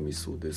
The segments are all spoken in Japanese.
みそです。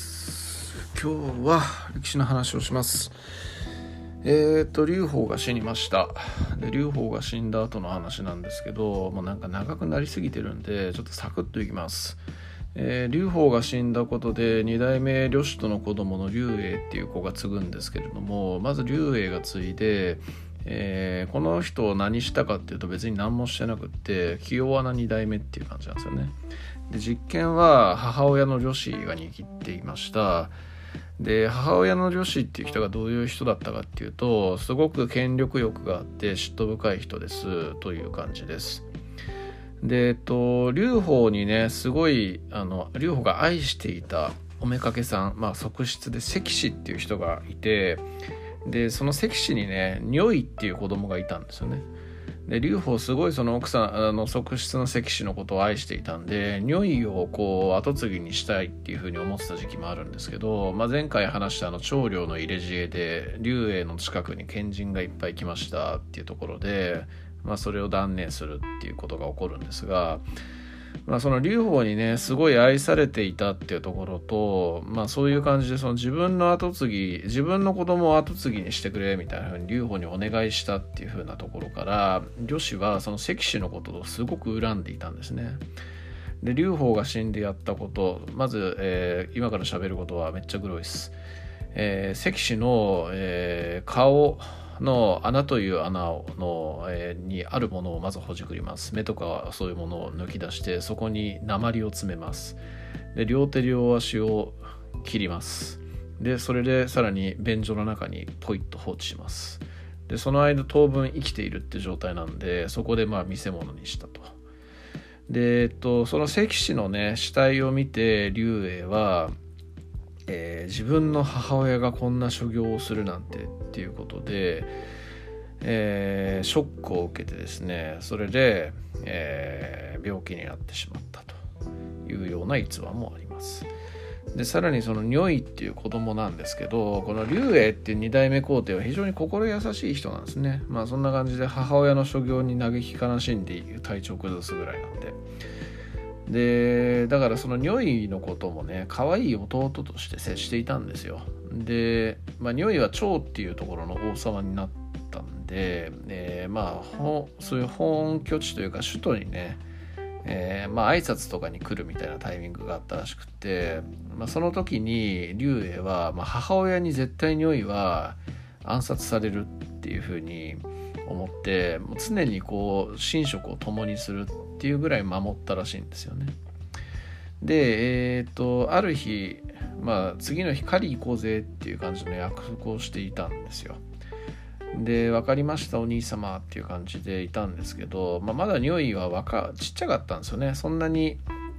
今日は歴史の話をします。劉邦が死にました。で、劉邦が死んだ後の話なんですけど、もうなんか長くなりすぎてるんでちょっとサクッといきます。劉邦が死んだことで2代目呂氏との子供の劉永っていう子が継ぐんですけれども、まず劉永が継いで、この人を何したかっていうと別に何もしてなくって気弱な2代目っていう感じなんですよね。で、実権は母親の呂氏が握っていました。で、母親の呂氏っていう人がどういう人だったかっていうと、すごく権力欲があって嫉妬深い人ですという感じです。で、劉邦にね、すごい劉邦が愛していたお妾さん、側室で関氏っていう人がいて、でその関氏にね、如意っていう子供がいたんですよね。で、劉邦すごいその奥さん側室の関氏のことを愛していたんで、如意をこう後継ぎにしたいっていうふうに思ってた時期もあるんですけど、前回話した長領の入れ知恵で劉永の近くに賢人がいっぱい来ましたっていうところで、それを断念するっていうことが起こるんですが、その劉邦にねすごい愛されていたっていうところと、そういう感じでその自分の子供を後継ぎにしてくれみたいな風に劉邦にお願いしたっていう風なところから、呂氏はその関氏のことをすごく恨んでいたんですね。で、劉邦が死んでやったこと、まず、今から喋ることはめっちゃグロいです。関氏の、顔の穴という穴の、にあるものをまずほじくります。目とかそういうものを抜き出して、そこに鉛を詰めます。で、両手両足を切ります。で、それでさらに便所の中にポイッと放置します。で、その間当分生きているって状態なんで、そこで見せ物にしたと。で、その関氏のね死体を見て劉永は、自分の母親がこんな所業をするなんてっていうことで、ショックを受けてですね、それで、病気になってしまったというような逸話もあります。で、さらにその如意っていう子供なんですけど、この劉永っていう2代目皇帝は非常に心優しい人なんですね。そんな感じで母親の所業に嘆き悲しんで体調崩すぐらいなんで、だからその如意のこともね可愛い弟として接していたんですよ。で、如意は趙っていうところの王様になったんで、そういう本拠地というか首都にね、挨拶とかに来るみたいなタイミングがあったらしくて、その時に劉永は、母親に絶対如意は暗殺されるっていう風に思って、もう常にこう寝食を共にするっていうぐらい守ったらしいんですよね。で、ある日、次の日狩り行こうぜっていう感じの約束をしていたんですよ。で、分かりましたお兄様っていう感じでいたんですけど、まだ如意はちっちゃかったんですよね。そんなに、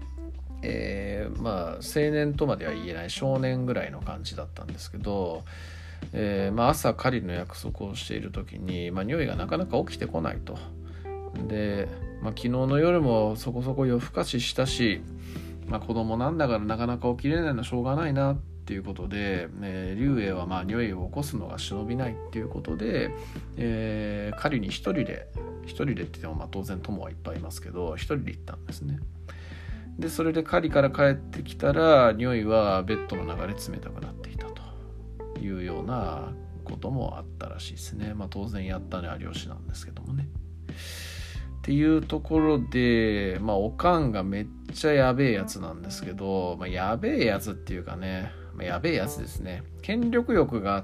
青年とまでは言えない少年ぐらいの感じだったんですけど、朝狩りの約束をしている時に、如意がなかなか起きてこないと。で、昨日の夜もそこそこ夜更かししたし、子供なんだからなかなか起きれないのはしょうがないなっていうことで、劉永は如意を起こすのが忍びないっていうことで、狩りに一人でって言っても当然友はいっぱいいますけど、一人で行ったんですね。で、それで狩りから帰ってきたら如意はベッドの中で冷たくなっていたというようなこともあったらしいですね。当然やったのは漁師なんですけどもね。っていうところで、おかんがめっちゃやべえやつなんですけど、やべえやつっていうかね、やべえやつですね。権力欲があって、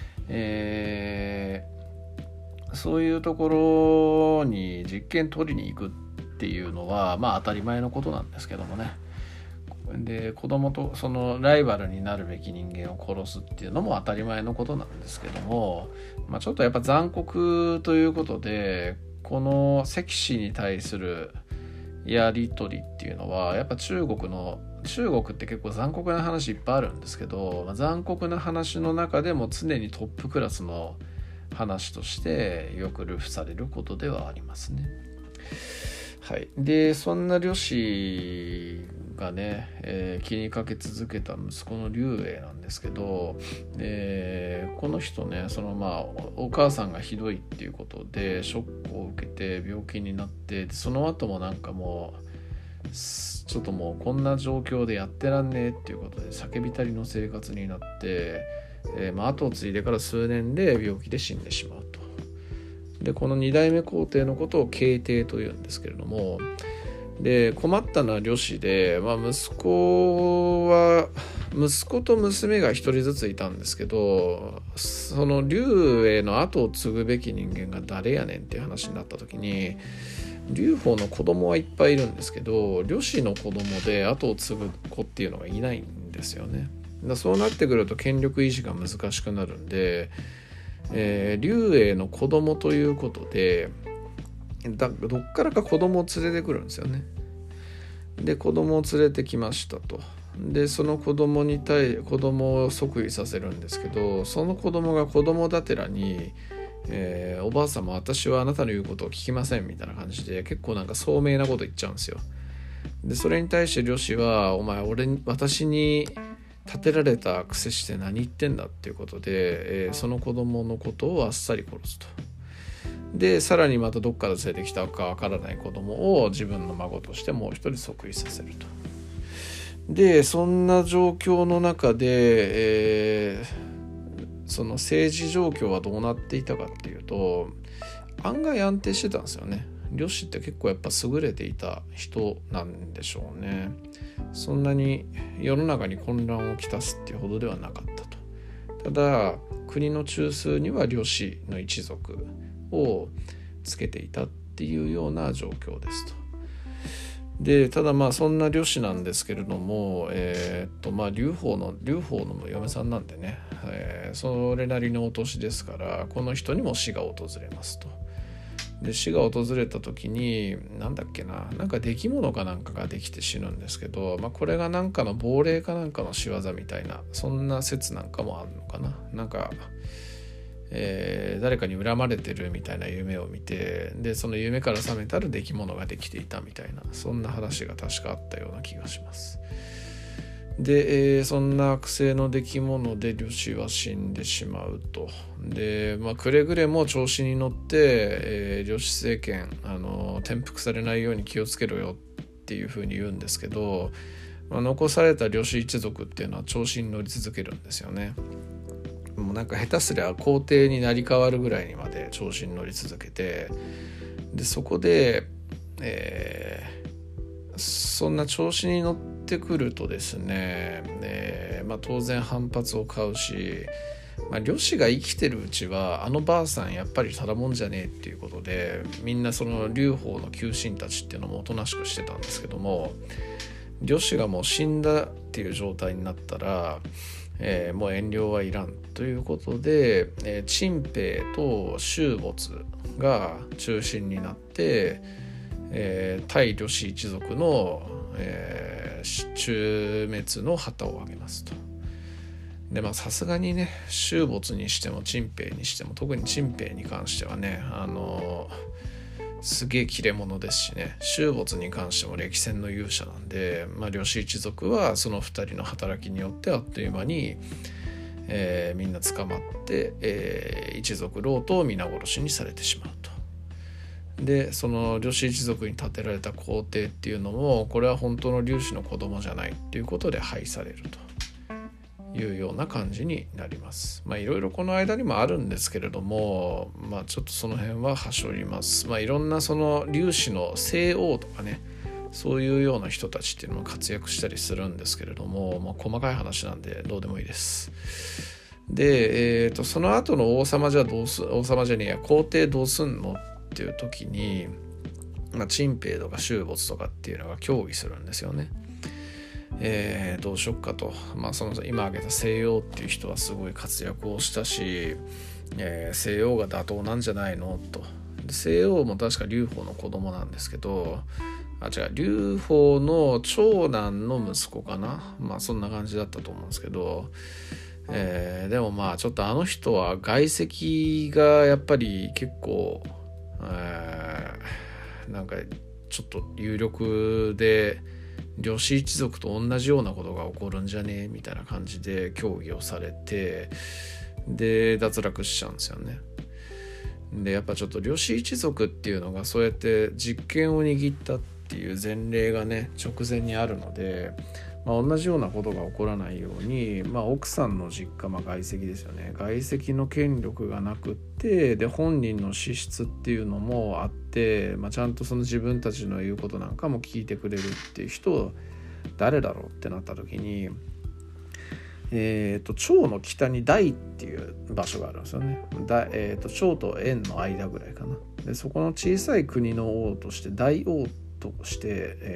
そういうところに実験取りに行くっていうのは当たり前のことなんですけどもね。で、子供とそのライバルになるべき人間を殺すっていうのも当たり前のことなんですけども、ちょっとやっぱ残酷ということで、この関氏に対するやり取りっていうのはやっぱ中国って結構残酷な話いっぱいあるんですけど、残酷な話の中でも常にトップクラスの話としてよく流布されることではありますね。はい。で、そんな呂氏がね、気にかけ続けた息子の劉永なんですけど、この人ね、お母さんがひどいっていうことでショックを受けて病気になって、その後もちょっともうこんな状況でやってらんねえっていうことで叫びたりの生活になって、後を継いでから数年で病気で死んでしまうと。でこの2代目皇帝のことを慶帝というんですけれども、で困ったのは呂氏で、息子と娘が1人ずついたんですけど、その劉への後を継ぐべき人間が誰やねんっていう話になった時に、劉邦の子供はいっぱいいるんですけど、呂氏の子供で後を継ぐ子っていうのがいないんですよね。そうなってくると権力維持が難しくなるんで、劉英の子供ということでどっからか子供を連れてくるんですよね。で子供を連れてきましたと。でその子供を即位させるんですけど、その子供が子供だてらに、おばあ様私はあなたの言うことを聞きませんみたいな感じで結構なんか聡明なこと言っちゃうんですよ。でそれに対して呂氏はお前私に立てられたくせして何言ってんだっていうことで、その子供のことをあっさり殺すと。でさらにまたどっから連れてきたかわからない子供を自分の孫としてもう一人即位させると。でそんな状況の中で、その政治状況はどうなっていたかっていうと案外安定してたんですよね。呂氏って結構やっぱ優れていた人なんでしょうね。そんなに世の中に混乱をきたすっていうほどではなかったと。ただ国の中枢には呂氏の一族をつけていたっていうような状況ですと。でただそんな呂氏なんですけれども、劉邦の嫁さんなんでね、それなりのお年ですからこの人にも死が訪れますと。で死が訪れた時になんか出来物かなんかができて死ぬんですけど、これがなんかの亡霊かなんかの仕業みたいなそんな説なんかもあるのかな。なんか、誰かに恨まれてるみたいな夢を見て、でその夢から覚めたら出来物ができていたみたいなそんな話が確かあったような気がします。で、そんな悪性の出来物で呂氏は死んでしまうと。で、くれぐれも調子に乗って、呂氏政権転覆されないように気をつけろよっていうふうに言うんですけど、残された呂氏一族っていうのは調子に乗り続けるんですよね。もうなんか下手すりゃ皇帝になり変わるぐらいにまで調子に乗り続けて、でそこで、そんな調子に乗ってくるとですね、当然反発を買うし、呂氏が生きてるうちはあのばあさんやっぱりただもんじゃねえっていうことでみんなその劉邦の旧臣たちっていうのもおとなしくしてたんですけども、呂氏がもう死んだっていう状態になったら、もう遠慮はいらんということで、陳平と周没が中心になって、対呂氏一族の、誅滅の旗を上げますと。でさすがにね周没にしても陳平にしても特に陳平に関してはねすげえ切れ者ですしね、周没に関しても歴戦の勇者なんで、呂氏一族はその2人の働きによってあっという間に、みんな捕まって、一族老と皆殺しにされてしまうと。でその呂氏一族に建てられた皇帝っていうのもこれは本当の劉氏の子供じゃないっていうことで廃されるというような感じになります。いろいろこの間にもあるんですけれども、ちょっとその辺ははしょります。いろんなその劉氏の聖王とかねそういうような人たちっていうのも活躍したりするんですけれども、細かい話なんでどうでもいいです。で、その後の皇帝どうすんのっていう時に、陳平とか周没とかっていうのが協議するんですよね。どうしよっかと。その今挙げた西王っていう人はすごい活躍をしたし、西王が妥当なんじゃないのと。で西王も確か劉邦の子供なんですけど、劉邦の長男の息子かな、そんな感じだったと思うんですけど、でもちょっとあの人は外籍がやっぱり結構、なんかちょっと有力で呂氏一族と同じようなことが起こるんじゃねえみたいな感じで協議をされて、で脱落しちゃうんですよね。でやっぱちょっと呂氏一族っていうのがそうやって実権を握ったっっていう前例がね直前にあるので、同じようなことが起こらないように、奥さんの実家、外籍ですよね、外籍の権力がなくって、で本人の資質っていうのもあって、ちゃんとその自分たちの言うことなんかも聞いてくれるっていう人誰だろうってなった時に、趙の北に大っていう場所があるんですよね。趙と燕の間ぐらいかな。でそこの小さい国の王として大王として、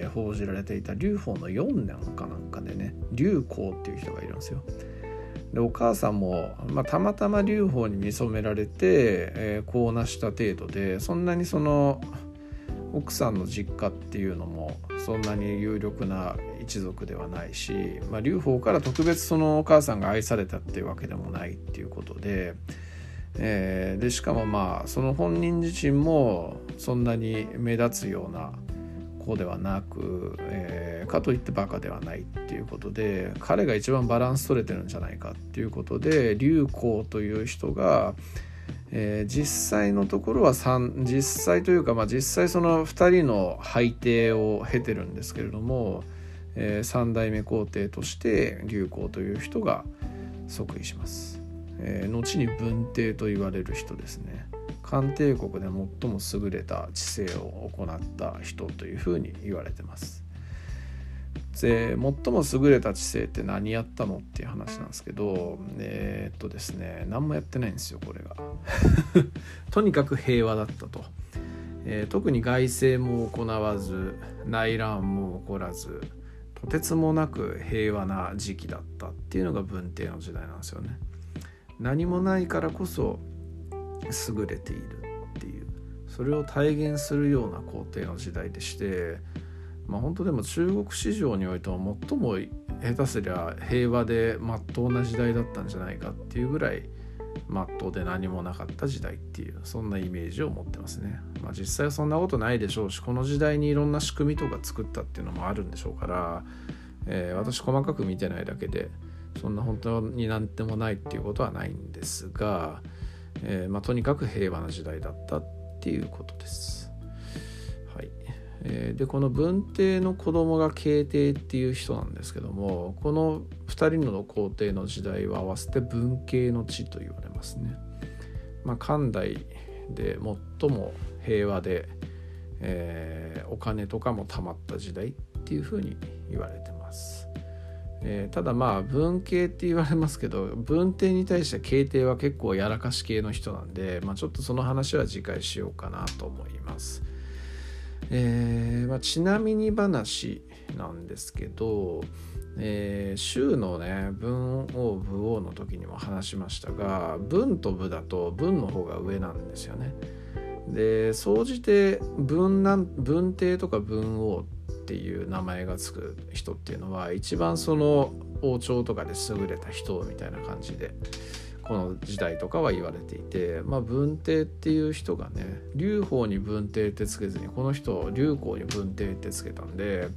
報じられていた劉邦の4年かなんかでね、劉公っていう人がいるんですよ。でお母さんも、たまたま劉邦に見初められて、子を成した程度で、そんなにその奥さんの実家っていうのもそんなに有力な一族ではないし、劉邦から特別そのお母さんが愛されたっていうわけでもないっていうことで、でしかもその本人自身もそんなに目立つような子ではなく、かといってバカではないっていうことで、彼が一番バランス取れてるんじゃないかっていうことで、劉公という人が実際のところは実際というか、実際その2人の配帝を経てるんですけれども、3代目皇帝として劉公という人が即位します。後に文帝と言われる人ですね。漢帝国で最も優れた治世を行った人というふうに言われてます。で最も優れた治世って何やったのっていう話なんですけど、ですね、何もやってないんですよこれがとにかく平和だったと、特に外政も行わず内乱も起こらず、とてつもなく平和な時期だったっていうのが文帝の時代なんですよね。何もないからこそ優れているっていう、それを体現するような皇帝の時代でして、本当でも中国史上においては最も下手すりゃ平和で真っ当な時代だったんじゃないかっていうぐらい真っ当で何もなかった時代っていう、そんなイメージを持ってますね。実際はそんなことないでしょうし、この時代にいろんな仕組みとか作ったっていうのもあるんでしょうから、私細かく見てないだけでそんな本当になんでもないっていうことはないんですが、とにかく平和な時代だったっていうことです。はい。でこの文帝の子供が慶帝っていう人なんですけども、この2人の皇帝の時代は合わせて文慶の治と言われますね。漢代で最も平和で、お金とかも貯まった時代っていうふうに言われてます。ただ文慶って言われますけど、文帝に対して慶帝は結構やらかし系の人なんで、ちょっとその話は次回しようかなと思います。ちなみに話なんですけど、周のね文王武王の時にも話しましたが、文と武だと文の方が上なんですよね。で総じて文帝とか文王っていう名前がつく人っていうのは一番その王朝とかで優れた人みたいな感じでこの時代とかは言われていて、文帝っていう人がね、劉邦に文帝ってつけずにこの人劉公に文帝ってつけたんで、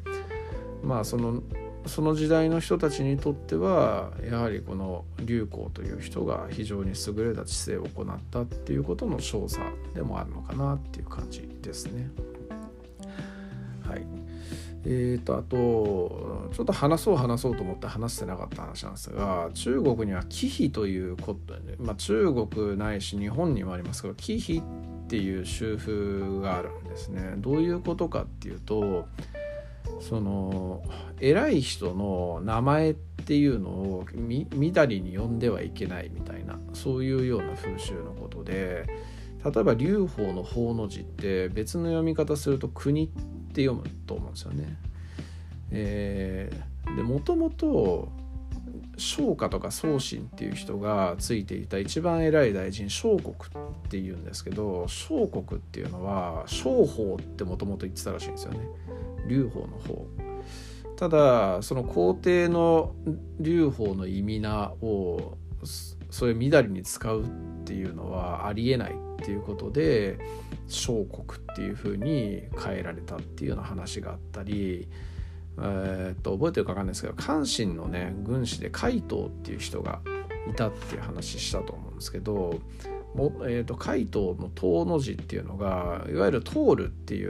その時代の人たちにとってはやはりこの劉公という人が非常に優れた治世を行ったっていうことの証左でもあるのかなっていう感じですね。はい。あとちょっと話そうと思って話してなかった話なんですが、中国には貴妃ということで、中国ないし日本にもありますけど、貴妃っていう州府があるんですね。どういうことかっていうと、その偉い人の名前っていうのをみだりに呼んではいけないみたいな、そういうような風習のことで、例えば劉邦の邦の字って別の読み方すると国って読むと思うんですよね。でもともと商家とか宗信っていう人がついていた一番偉い大臣商国っていうんですけど、商国っていうのは商法ってもともと言ってたらしいんですよね、劉邦の方。ただその皇帝の劉邦の意味名をそういうみだりに使うっていうのはありえないっていうことで商国っていう風に変えられたっていうような話があったり、覚えてるか分かんないですけど、漢信のね軍師で海東っていう人がいたっていう話したと思うんですけど、海東の東の字っていうのがいわゆる通るっていう、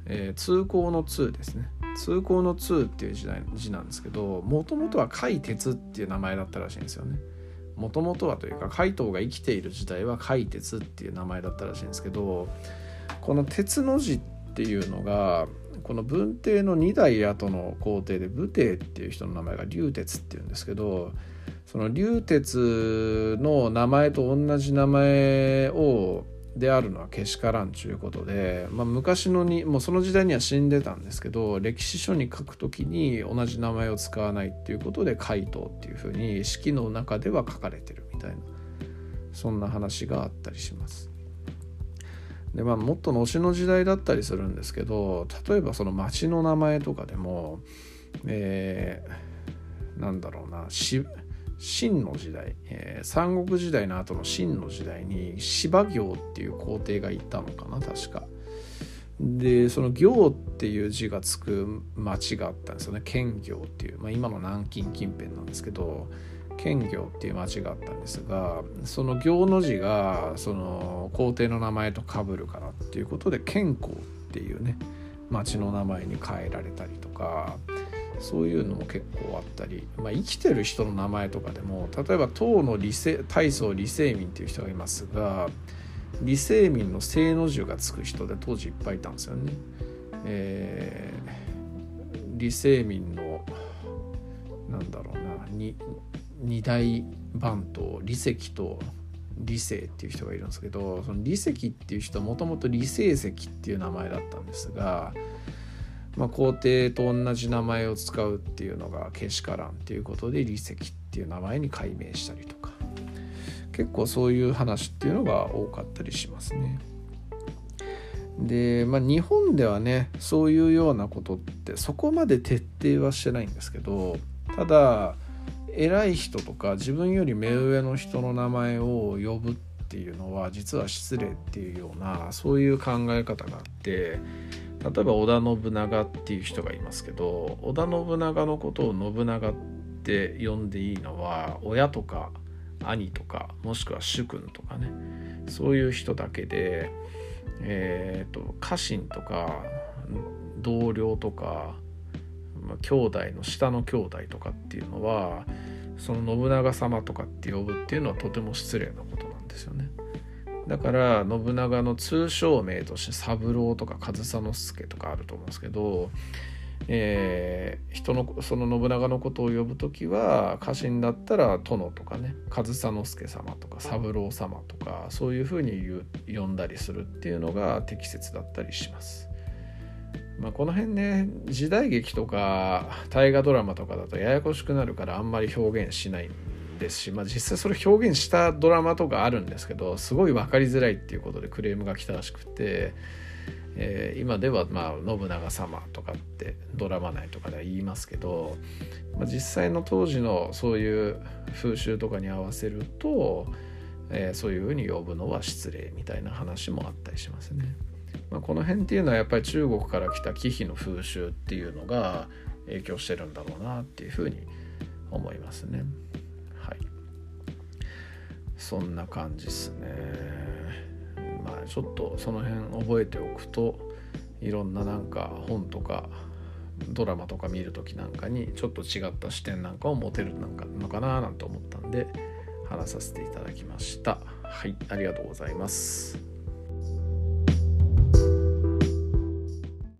通行の通ですね。通行の通っていう字なんですけど、もともとは海鉄っていう名前だったらしいんですよね。もともとはというか、海東が生きている時代は海鉄っていう名前だったらしいんですけど、この鉄の字っていうのがこの文帝の2代後の皇帝で武帝っていう人の名前が龍鉄っていうんですけど、その龍鉄の名前と同じ名前であるのはけしからんということで、昔のもうその時代には死んでたんですけど、歴史書に書くときに同じ名前を使わないっていうことで海東っていうふうに式の中では書かれてるみたいな、そんな話があったりします。でもっと後の時代だったりするんですけど、例えばその町の名前とかでも、なんだろうな、秦の時代、三国時代の後の秦の時代に柴行っていう皇帝がいたのかな、確か。でその行っていう字がつく町があったんですよね。建行っていう、今の南京近辺なんですけど、建行っていう町があったんですが、その行の字がその皇帝の名前と被るからっていうことで建行っていうね町の名前に変えられたりとか、そういうのも結構あったり、生きてる人の名前とかでも、例えば唐の大宗李世民っていう人がいますが、李世民の正の字がつく人で当時いっぱいいたんですよね。李世民のなんだろうな、二大番頭李石と李成っていう人がいるんですけど、その李石っていう人はもともと李成石っていう名前だったんですが、皇帝と同じ名前を使うっていうのがけしからんっていうことで李石っていう名前に改名したりとか、結構そういう話っていうのが多かったりしますね。で、日本ではねそういうようなことってそこまで徹底はしてないんですけど、ただ偉い人とか自分より目上の人の名前を呼ぶっていうのは実は失礼っていうような、そういう考え方があって、例えば織田信長っていう人がいますけど、織田信長のことを信長って呼んでいいのは親とか兄とかもしくは主君とかね、そういう人だけで、家臣とか同僚とか、兄弟の下の兄弟とかっていうのはその信長様とかって呼ぶっていうのはとても失礼なことなんですよね。だから信長の通称名として三郎とか上総介とかあると思うんですけど、その信長のことを呼ぶときは家臣だったら殿とかね、上総介様とか三郎様とか、そういうふうに呼んだりするっていうのが適切だったりします。この辺ね、時代劇とか大河ドラマとかだとややこしくなるからあんまり表現しないんですし、実際それ表現したドラマとかあるんですけど、すごい分かりづらいっていうことでクレームが来たらしくて、今では信長様とかってドラマ内とかでは言いますけど、実際の当時のそういう風習とかに合わせると、そういうふうに呼ぶのは失礼みたいな話もあったりしますね。この辺っていうのはやっぱり中国から来た貴妃の風習っていうのが影響してるんだろうなっていうふうに思いますね。はい、そんな感じですね。ちょっとその辺覚えておくと、いろんな本とかドラマとか見るときなんかにちょっと違った視点なんかを持てるのかななんて思ったんで話させていただきました。はい、ありがとうございます。